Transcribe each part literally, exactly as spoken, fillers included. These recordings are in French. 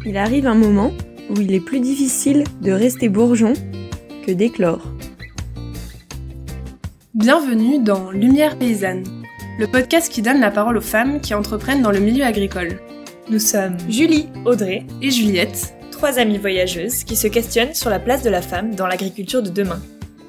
Il arrive un moment où il est plus difficile de rester bourgeon que d'éclore. Bienvenue dans Lumière paysanne, le podcast qui donne la parole aux femmes qui entreprennent dans le milieu agricole. Nous sommes Julie, Audrey et Juliette, trois amies voyageuses qui se questionnent sur la place de la femme dans l'agriculture de demain.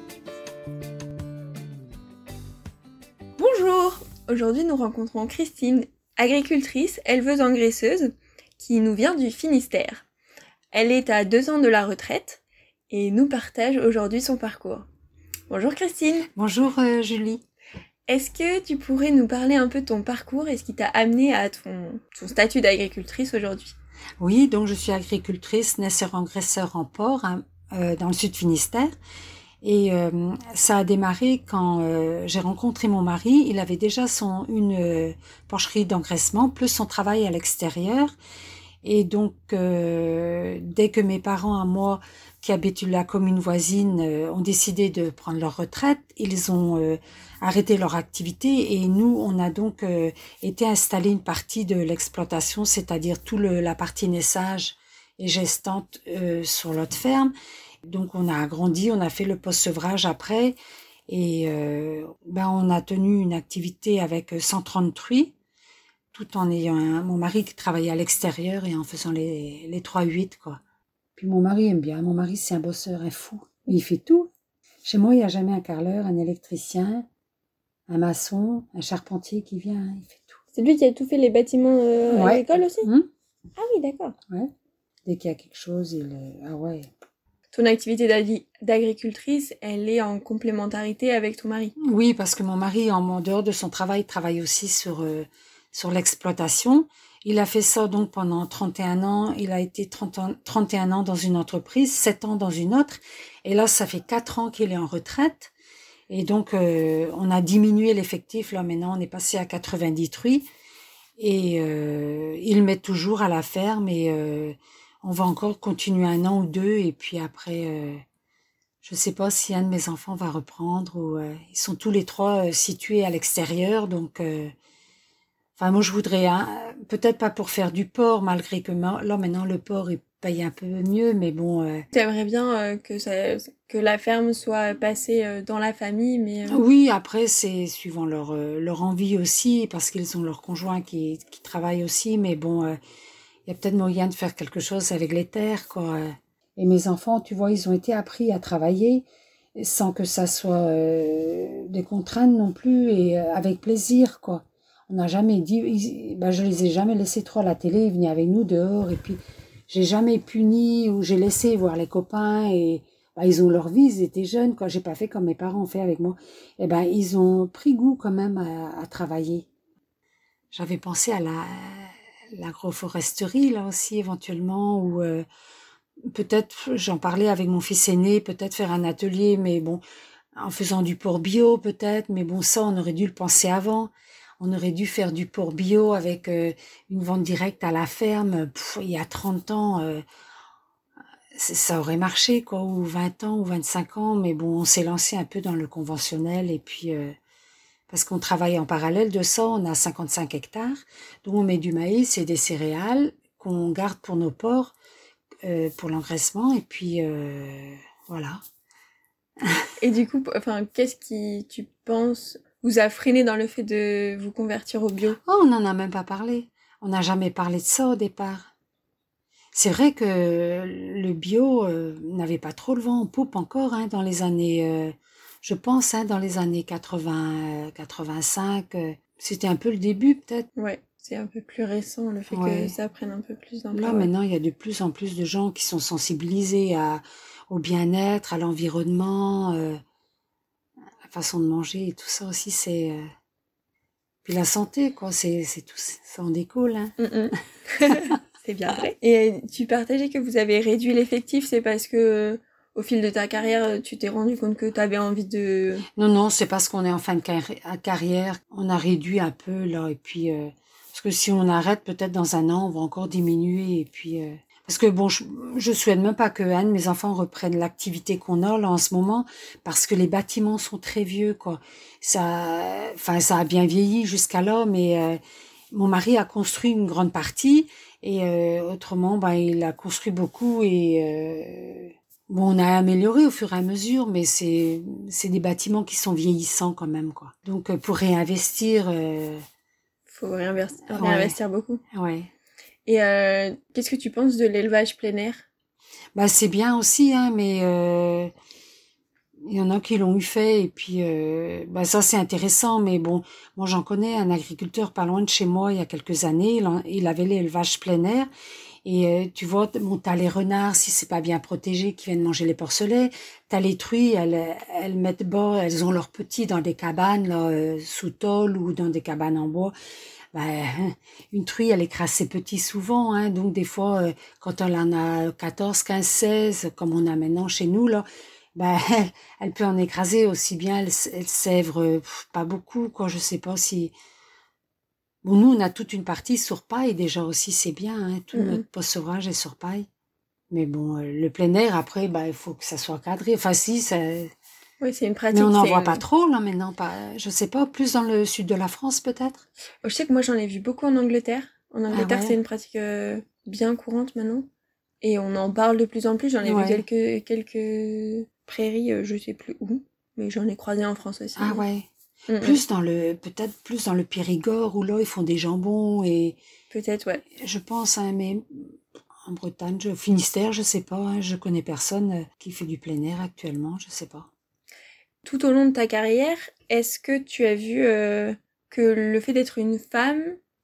Bonjour! Aujourd'hui nous rencontrons Christine, agricultrice, éleveuse engraisseuse, qui nous vient du Finistère. Elle est à deux ans de la retraite et nous partage aujourd'hui son parcours. Bonjour Christine. Bonjour euh, Julie. Est-ce que tu pourrais nous parler un peu de ton parcours et ce qui t'a amené à ton, ton statut d'agricultrice aujourd'hui? Oui, donc je suis agricultrice, naisseur-engraisseur en porc hein, euh, dans le sud Finistère. Et euh, ça a démarré quand euh, j'ai rencontré mon mari. Il avait déjà son une euh, porcherie d'engraissement plus son travail à l'extérieur. Et donc, euh, dès que mes parents à moi, qui habitent la commune voisine, euh, ont décidé de prendre leur retraite, ils ont euh, arrêté leur activité et nous, on a donc euh, été installer une partie de l'exploitation, c'est-à-dire tout le, la partie naissage et gestante euh, sur l'autre ferme. Donc, on a agrandi, on a fait le post-sevrage après et euh, ben, on a tenu une activité avec cent trente truies, tout en ayant un, mon mari qui travaillait à l'extérieur et en faisant les, les trois huit, quoi. Puis mon mari aime bien. Mon mari, c'est un bosseur, un fou. Il fait tout. Chez moi, il n'y a jamais un carreleur, un électricien, un maçon, un charpentier qui vient. Il fait tout. C'est lui qui a tout fait les bâtiments euh, ouais. agricoles aussi? Mmh. Ah oui, d'accord. Ouais. Dès qu'il y a quelque chose, il... Ah ouais. Ton activité d'agri- d'agricultrice, elle est en complémentarité avec ton mari? Oui, parce que mon mari, en dehors de son travail, travaille aussi sur... Euh, sur l'exploitation. Il a fait ça donc pendant trente et un ans. Il a été trente ans, trente et un ans dans une entreprise, sept ans dans une autre. Et là, ça fait quatre ans qu'il est en retraite. Et donc, euh, on a diminué l'effectif. Là, maintenant, on est passé à quatre-vingt-dix truies. Et euh, il met toujours à la ferme. Et euh, on va encore continuer un an ou deux. Et puis après, euh, je ne sais pas si un de mes enfants va reprendre. Ou, euh, ils sont tous les trois euh, situés à l'extérieur. Donc... Euh, Enfin, moi, je voudrais, hein, peut-être pas pour faire du porc, malgré que là, maintenant, le porc, il paye un peu mieux, mais bon... Euh... Tu aimerais bien euh, que, ça, que la ferme soit passée euh, dans la famille, mais... Euh... Oui, après, c'est suivant leur, euh, leur envie aussi, parce qu'ils ont leur conjoint qui, qui travaille aussi, mais bon, il euh, y a peut-être moyen de faire quelque chose avec les terres, quoi. Et mes enfants, tu vois, ils ont été appris à travailler sans que ça soit euh, des contraintes non plus, et euh, avec plaisir, quoi. On n'a jamais dit, ils, ben je les ai jamais laissés trop à la télé, ils venaient avec nous dehors, et puis j'ai jamais puni ou j'ai laissé voir les copains, et ben, ils ont leur vie, ils étaient jeunes, quoi. J'ai pas fait comme mes parents ont fait avec moi. Et ben ils ont pris goût quand même à, à travailler. J'avais pensé à la l'agroforesterie là aussi éventuellement, ou euh, peut-être j'en parlais avec mon fils aîné, peut-être faire un atelier, mais bon, en faisant du porc bio peut-être, mais bon ça on aurait dû le penser avant. On aurait dû faire du porc bio avec euh, une vente directe à la ferme. Pff, il y a trente ans, euh, ça aurait marché, quoi, ou vingt ans, ou vingt-cinq ans. Mais bon, on s'est lancé un peu dans le conventionnel. Et puis, euh, parce qu'on travaille en parallèle de ça, on a cinquante-cinq hectares. Donc, on met du maïs et des céréales qu'on garde pour nos porcs, euh, pour l'engraissement. Et puis, euh, voilà. Et du coup, enfin, qu'est-ce qui, tu penses... vous a freiné dans le fait de vous convertir au bio? Oh, on n'en a même pas parlé. On n'a jamais parlé de ça au départ. C'est vrai que le bio euh, n'avait pas trop le vent en poupe encore hein, dans les années, euh, je pense, hein, dans les années quatre-vingts, quatre-vingt-cinq. Euh, c'était un peu le début peut-être. Ouais, c'est un peu plus récent le fait ouais. que ça prenne un peu plus d'ampleur. Là ouais. maintenant, il y a de plus en plus de gens qui sont sensibilisés à, au bien-être, à l'environnement... Euh, façon de manger et tout ça aussi, c'est... Euh... Puis la santé, quoi, c'est, c'est tout, ça en découle, hein. Mm-mm. C'est bien vrai. Et tu partageais que vous avez réduit l'effectif, c'est parce que au fil de ta carrière, tu t'es rendu compte que tu avais envie de... Non, non, c'est parce qu'on est en fin de car- carrière, on a réduit un peu, là, et puis... Euh... Parce que si on arrête, peut-être dans un an, on va encore diminuer, et puis... Euh... Parce que bon, je, je souhaite même pas que un de mes enfants reprenne l'activité qu'on a là en ce moment, parce que les bâtiments sont très vieux, quoi. Ça, enfin, ça a bien vieilli jusqu'à là, mais euh, mon mari a construit une grande partie Et euh, autrement, ben, il a construit beaucoup et euh, bon, on a amélioré au fur et à mesure, mais c'est c'est des bâtiments qui sont vieillissants quand même, quoi. Donc, euh, pour réinvestir, euh, Faut réinvestir, ouais, réinvestir beaucoup. ouais. Et euh, qu'est-ce que tu penses de l'élevage plein air? Bah, c'est bien aussi, hein, mais euh, il y en a qui l'ont eu fait et puis euh, bah ça c'est intéressant, mais bon, moi j'en connais un agriculteur pas loin de chez moi il y a quelques années, il, en- il avait l'élevage plein air et euh, tu vois, t- bon, t'as les renards si c'est pas bien protégé qui viennent manger les porcelets, t'as les truies, elles, elles mettent bas, elles ont leurs petits dans des cabanes là, euh, sous tôle ou dans des cabanes en bois. Bah, une truie, elle écrase ses petits souvent, hein, donc des fois, euh, quand elle en a quatorze, quinze, seize, comme on a maintenant chez nous, là, bah, elle, elle peut en écraser aussi bien, elle, s- elle sèvre euh, pff, pas beaucoup, quoi, je sais pas si... Bon, nous, on a toute une partie sur paille, déjà aussi, c'est bien, hein, tout Mhm. notre post-sevrage est sur paille. Mais bon, euh, le plein air, après, bah, il faut que ça soit cadré. Enfin, si, ça... Oui, c'est une Mais pratique. on n'en c'est voit une- pas trop, là, maintenant, pas, je sais pas, plus dans le sud de la France, peut-être? Je sais que moi j'en ai vu beaucoup en Angleterre. En Ah Angleterre, c'est ouais? une pratique euh, bien courante maintenant. Et on en parle de plus en plus. J'en ai vu Ouais. quelques, quelques prairies, euh, je sais plus où. Mais j'en ai croisé en France aussi. Ah ouais. Mhm. Plus dans le, peut-être plus dans le Périgord où là ils font des jambons et Peut-être, ouais. je pense, hein, mais en Bretagne, je, Finistère, je sais pas, hein, je connais personne euh, qui fait du plein air actuellement, je sais pas. Tout au long de ta carrière, est-ce que tu as vu euh, que le fait d'être une femme,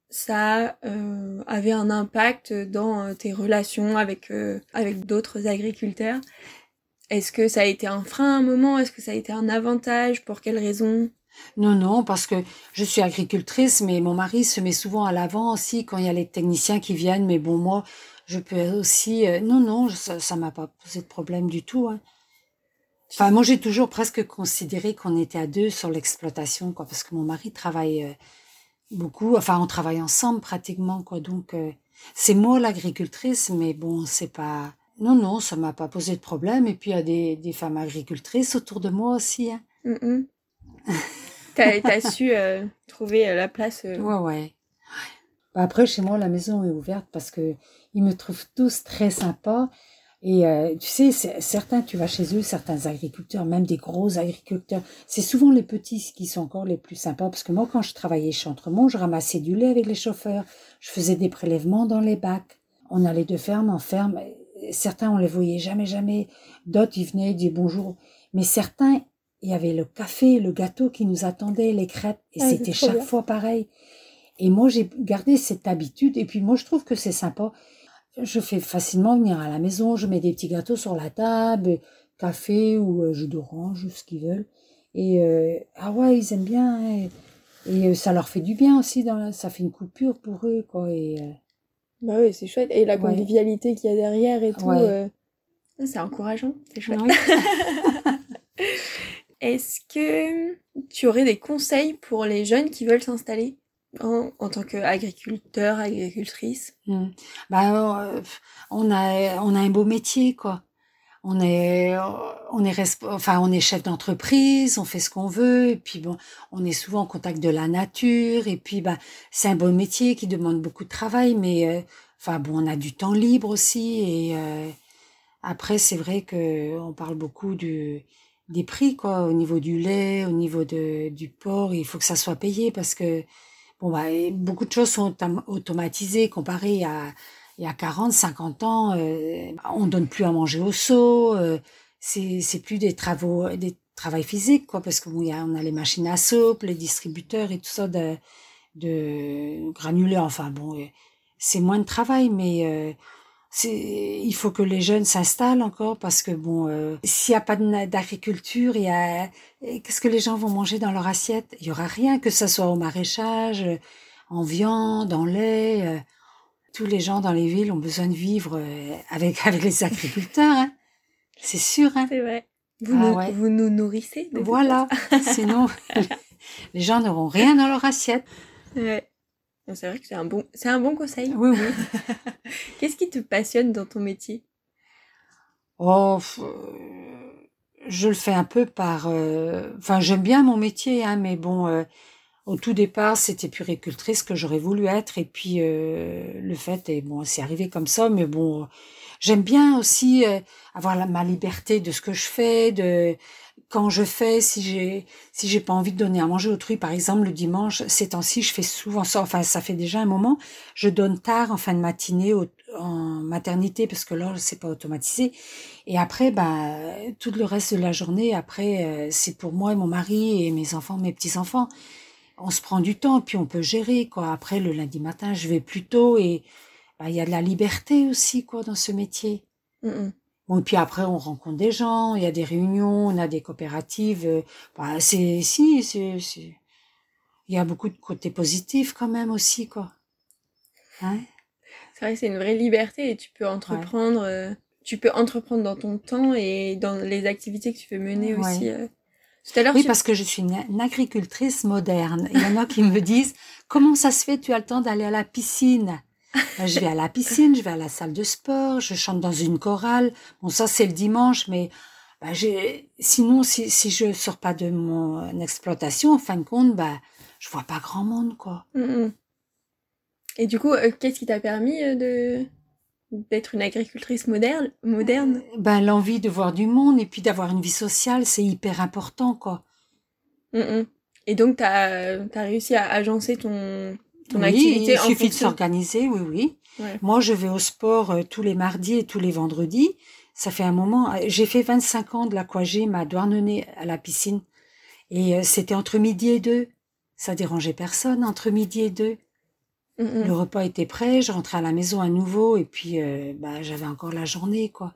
ça euh, avait un impact dans euh, tes relations avec, euh, avec d'autres agriculteurs? Est-ce que ça a été un frein à un moment? Est-ce que ça a été un avantage? Pour quelles raisons? Non, non, parce que je suis agricultrice, mais mon mari se met souvent à l'avant aussi quand il y a les techniciens qui viennent. Mais bon, moi, je peux aussi. euh, non, non, ça, ça m'a pas posé de problème du tout, hein. Enfin, moi, j'ai toujours presque considéré qu'on était à deux sur l'exploitation, quoi, parce que mon mari travaille euh, beaucoup. Enfin, on travaille ensemble pratiquement, quoi. Donc, euh, c'est moi l'agricultrice, mais bon, c'est pas. Non, non, ça m'a pas posé de problème. Et puis, il y a des, des femmes agricultrices autour de moi aussi, hein. Mhm. T'as, t'as su euh, trouver euh, la place. euh, Ouais, ouais. Bah, après, chez moi, la maison est ouverte parce que ils me trouvent tous très sympas. Et euh, tu sais, c'est- certains, tu vas chez eux, certains agriculteurs, même des gros agriculteurs, c'est souvent les petits qui sont encore les plus sympas. Parce que moi, quand je travaillais chez Entremont, je ramassais du lait avec les chauffeurs. Je faisais des prélèvements dans les bacs. On allait de ferme en ferme. Certains, on les voyait jamais, jamais. D'autres, ils venaient, ils disaient bonjour. Mais certains, il y avait le café, le gâteau qui nous attendait, les crêpes. Et Ah, c'est c'était trop chaque bien. fois pareil. Et moi, j'ai gardé cette habitude. Et puis, moi, je trouve que c'est sympa. Je fais facilement venir à la maison. Je mets des petits gâteaux sur la table, café ou euh, jus d'orange, ce qu'ils veulent. Et euh, ah ouais, ils aiment bien, hein. Et, et, euh, ça leur fait du bien aussi. Dans la- ça fait une coupure pour eux, quoi. Et euh, Bah oui, c'est chouette. Et la ouais, convivialité qu'il y a derrière et tout, ouais, euh, c'est encourageant, c'est chouette. oui. Est-ce que tu aurais des conseils pour les jeunes qui veulent s'installer en, en tant qu'agriculteur, agricultrice? Mm. Bah, euh, on a, on a un beau métier, quoi. On est, on est, resp- enfin, on est chef d'entreprise, on fait ce qu'on veut, et puis bon, on est souvent en contact de la nature, et puis bah, c'est un beau métier qui demande beaucoup de travail, mais euh, enfin bon, on a du temps libre aussi, et euh, après c'est vrai que on parle beaucoup du des prix, quoi, au niveau du lait, au niveau de du porc, il faut que ça soit payé parce que bon bah et beaucoup de choses sont autom- automatisées comparé à il y a quarante, cinquante ans, euh, on donne plus à manger au seau, euh, c'est c'est plus des travaux des travail physique, quoi, parce que bon il y a on a les machines à soupe, les distributeurs et tout ça de de granulés, enfin bon euh, c'est moins de travail, mais euh, c'est, il faut que les jeunes s'installent encore parce que bon, euh, s'il n'y a pas de- d'agriculture, il y a, et qu'est-ce que les gens vont manger dans leur assiette? Il y aura rien, que ce soit au maraîchage, euh, en viande, en lait. euh, tous les gens dans les villes ont besoin de vivre euh, avec avec les agriculteurs, hein. C'est sûr, hein. C'est vrai. Vous, Ah nous, ouais. vous nous nourrissez de toute Voilà. Sinon, les gens n'auront rien dans leur assiette. façon. Ouais. Bon, c'est vrai que c'est un bon, c'est un bon conseil. Oui, oui. Qu'est-ce qui te passionne dans ton métier? Oh, f- euh, je le fais un peu par. euh, Enfin, j'aime bien mon métier, hein, mais bon. euh, Au tout départ, c'était puéricultrice que j'aurais voulu être, et puis euh, le fait est bon, c'est arrivé comme ça, mais bon, j'aime bien aussi euh, avoir la, ma liberté de ce que je fais, de quand je fais, si j'ai si j'ai pas envie de donner à manger autrui, par exemple le dimanche, ces temps-ci, je fais souvent ça, enfin ça fait déjà un moment, je donne tard en fin de matinée au, en maternité parce que là c'est pas automatisé, et après bah tout le reste de la journée après euh, c'est pour moi et mon mari et mes enfants, mes petits enfants. On se prend du temps, puis on peut gérer, quoi. Après, le lundi matin, je vais plus tôt et bah, il y a de la liberté aussi, quoi, dans ce métier. Mm-mm. Bon, et puis après, on rencontre des gens, il y a des réunions, on a des coopératives. euh, Bah, c'est, si, c'est, c'est, il y a beaucoup de côtés positifs quand même aussi, quoi. Hein? C'est vrai que c'est une vraie liberté et tu peux entreprendre, ouais. euh, tu peux entreprendre dans ton temps et dans les activités que tu veux mener Ouais. aussi. Euh. Tout à l'heure, oui, tu... parce que je suis une, une agricultrice moderne. Il y en a qui me disent, comment ça se fait, tu as le temps d'aller à la piscine? Ben, je vais à la piscine, je vais à la salle de sport, je chante dans une chorale. Bon, ça, c'est le dimanche, mais ben, j'ai... sinon, si, si je sors pas de mon exploitation, en fin de compte, ben, je vois pas grand monde, quoi. Mm-mm. Et du coup, euh, qu'est-ce qui t'a permis euh, de... d'être une agricultrice moderne, moderne euh, Ben, l'envie de voir du monde et puis d'avoir une vie sociale, c'est hyper important, quoi. Mm-mm. Et donc, t'as as réussi à agencer ton, ton oui, activité il en suffit fonction... de s'organiser, oui, oui. Ouais. Moi, je vais au sport euh, tous les mardis et tous les vendredis. Ça fait un moment. J'ai fait vingt-cinq ans de l'aquagym à Douarnenez à la piscine. Et euh, c'était entre midi et deux. Ça dérangeait personne, entre midi et deux. Mm-mm. Le repas était prêt, je rentrais à la maison à nouveau et puis euh, bah, j'avais encore la journée, quoi.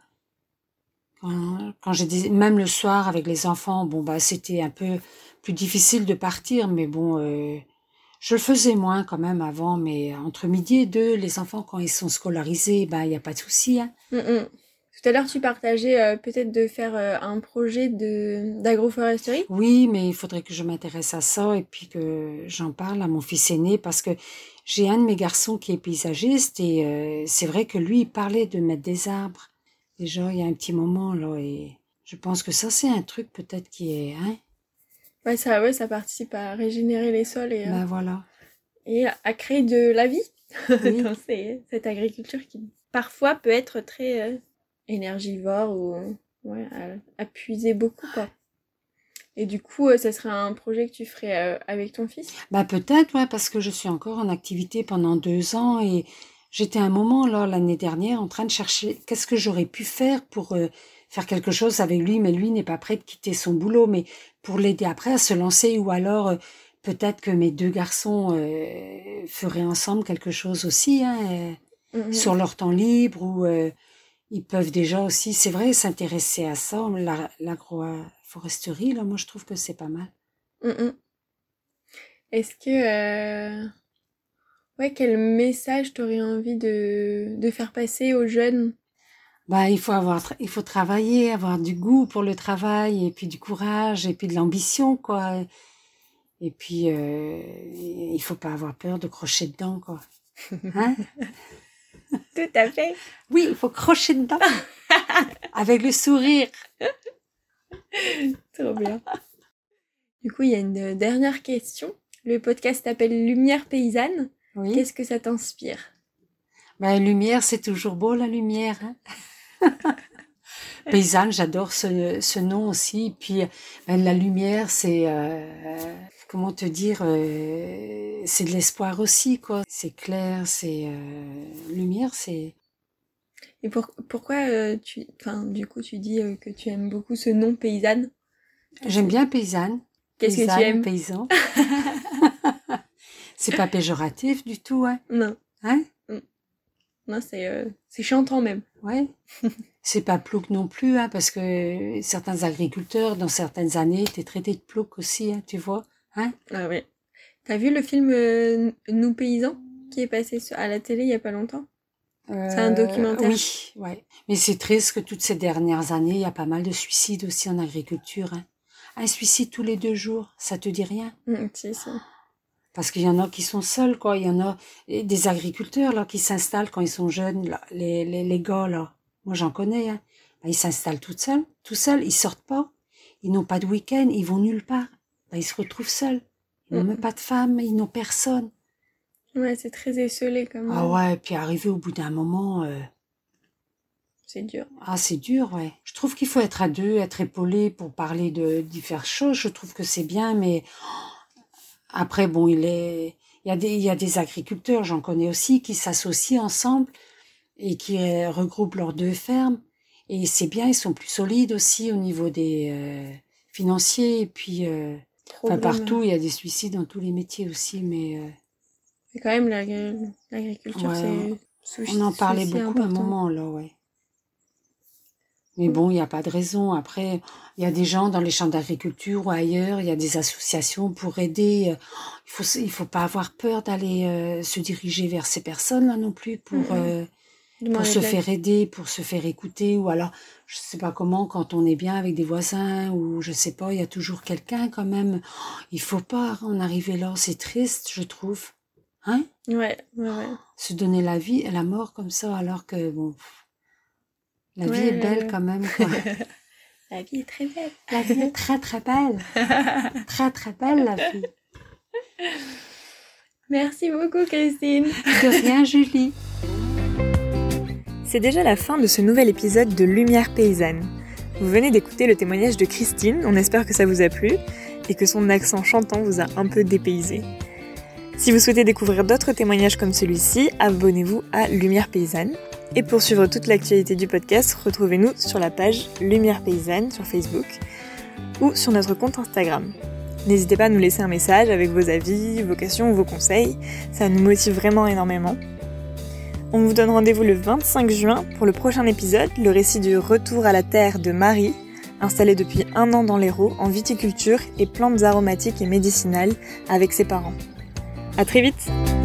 Quand, quand j'ai des... Même le soir avec les enfants, bon bah c'était un peu plus difficile de partir, mais bon, euh, je le faisais moins quand même avant, mais entre midi et deux, les enfants quand ils sont scolarisés, bah il y a pas de souci, hein. Mm-mm. Tout à l'heure, tu partageais euh, peut-être de faire euh, un projet de d'agroforesterie. Oui, mais il faudrait que je m'intéresse à ça et puis que j'en parle à mon fils aîné parce que j'ai un de mes garçons qui est paysagiste et euh, c'est vrai que lui, il parlait de mettre des arbres. Déjà, il y a un petit moment, là, et je pense que ça, c'est un truc peut-être qui est... Hein? Ouais, ça, ouais, ça participe à régénérer les sols et, euh, Ben voilà. et à créer de la vie Oui. dans ces, cette agriculture qui parfois peut être très euh, énergivore ou ouais, à, à puiser beaucoup, quoi. Et du coup, euh, ça serait un projet que tu ferais euh, avec ton fils? Ben peut-être, ouais, parce que je suis encore en activité pendant deux ans et j'étais à un moment, là, l'année dernière, en train de chercher qu'est-ce que j'aurais pu faire pour euh, faire quelque chose avec lui, mais lui n'est pas prêt de quitter son boulot, mais pour l'aider après à se lancer ou alors... Euh, peut-être que mes deux garçons euh, feraient ensemble quelque chose aussi, hein, euh, mm-hmm. sur leur temps libre, ou euh, ils peuvent déjà aussi, c'est vrai, s'intéresser à ça, la, l'agroforesterie, là, moi je trouve que c'est pas mal. Mm-hmm. Est-ce que... Euh... Ouais, quel message t'aurais envie de, de faire passer aux jeunes? Bah, il faut avoir, il faut travailler, avoir du goût pour le travail, et puis du courage, et puis de l'ambition, quoi. Et puis, euh, il faut pas avoir peur de crocher dedans, quoi. Hein? Tout à fait. Oui, il faut crocher dedans. Avec le sourire. Trop bien. Du coup, il y a une dernière question. Le podcast s'appelle Lumière paysanne. Oui. Qu'est-ce que ça t'inspire? Ben, lumière, c'est toujours beau, la lumière. Hein? Paysanne, j'adore ce, ce nom aussi. Puis, ben, la lumière, c'est... Euh, comment te dire, euh, c'est de l'espoir aussi, quoi. C'est clair, c'est euh, lumière, c'est. Et pour, pourquoi euh, tu, enfin, du coup, tu dis euh, que tu aimes beaucoup ce nom paysanne? J'aime bien paysanne. Qu'est-ce paysanne, que tu aimes? Paysan. C'est pas péjoratif du tout, hein. Non. Hein? Non, c'est euh, c'est chantant même. Ouais. C'est pas plouc non plus, hein, parce que certains agriculteurs, dans certaines années, étaient traités de plouc aussi, hein, tu vois. Hein? Ah ouais. T'as vu le film euh, Nous paysans qui est passé à la télé il y a pas longtemps? euh, C'est un documentaire. Oui, ouais. Mais c'est triste que toutes ces dernières années, il y a pas mal de suicides aussi en agriculture. Hein. Un suicide tous les deux jours, ça te dit rien? Mmh, si, si. Parce qu'il y en a qui sont seuls, quoi. Il y en a des agriculteurs là qui s'installent quand ils sont jeunes, là, les, les, les gars là. Moi j'en connais. Hein. Ben, ils s'installent tout seuls, tout seuls. Ils sortent pas. Ils n'ont pas de week-end. Ils vont nulle part. Ben, ils se retrouvent seuls. Ils n'ont Mm. même pas de femme, ils n'ont personne. Ouais, c'est très esselé comme... Ah ouais, puis arriver au bout d'un moment, euh, C'est dur. ah c'est dur, ouais. Je trouve qu'il faut être à deux, être épaulé pour parler de diverses choses. Je trouve que c'est bien, mais après, bon, il est, il y a des, il y a des agriculteurs, j'en connais aussi, qui s'associent ensemble et qui euh, regroupent leurs deux fermes. Et c'est bien, ils sont plus solides aussi au niveau des euh, financiers. Et puis, euh, enfin, Problème. partout, il y a des suicides dans tous les métiers aussi, mais euh, Mais quand même, l'agri- l'agriculture, Ouais, c'est... on en parlait souci beaucoup à un important. moment, là, ouais. Mais bon, il n'y a pas de raison. Après, il y a des gens dans les champs d'agriculture ou ailleurs, il y a des associations pour aider. Il faut, il faut pas avoir peur d'aller euh, se diriger vers ces personnes-là non plus pour, Mhm. euh, pour Demander se de l'aide. faire aider, pour se faire écouter. Ou alors, je sais pas comment, quand on est bien avec des voisins ou je sais pas, il y a toujours quelqu'un quand même. Il faut pas en arriver là. C'est triste, je trouve. Hein? Ouais, ouais, ouais. Se donner la vie et la mort comme ça alors que, bon... La vie Ouais, est belle ouais. quand même, quoi. La vie est très belle. La vie est très très belle. Très très belle, la vie. Merci beaucoup, Christine. De rien, Julie. C'est déjà la fin de ce nouvel épisode de Lumière paysanne. Vous venez d'écouter le témoignage de Christine, on espère que ça vous a plu et que son accent chantant vous a un peu dépaysé. Si vous souhaitez découvrir d'autres témoignages comme celui-ci, abonnez-vous à Lumière paysanne. Et pour suivre toute l'actualité du podcast, retrouvez-nous sur la page Lumière paysanne sur Facebook ou sur notre compte Instagram. N'hésitez pas à nous laisser un message avec vos avis, vos questions ou vos conseils, ça nous motive vraiment énormément. On vous donne rendez-vous le vingt-cinq juin pour le prochain épisode, le récit du retour à la terre de Marie, installée depuis un an dans l'Hérault en viticulture et plantes aromatiques et médicinales avec ses parents. À très vite!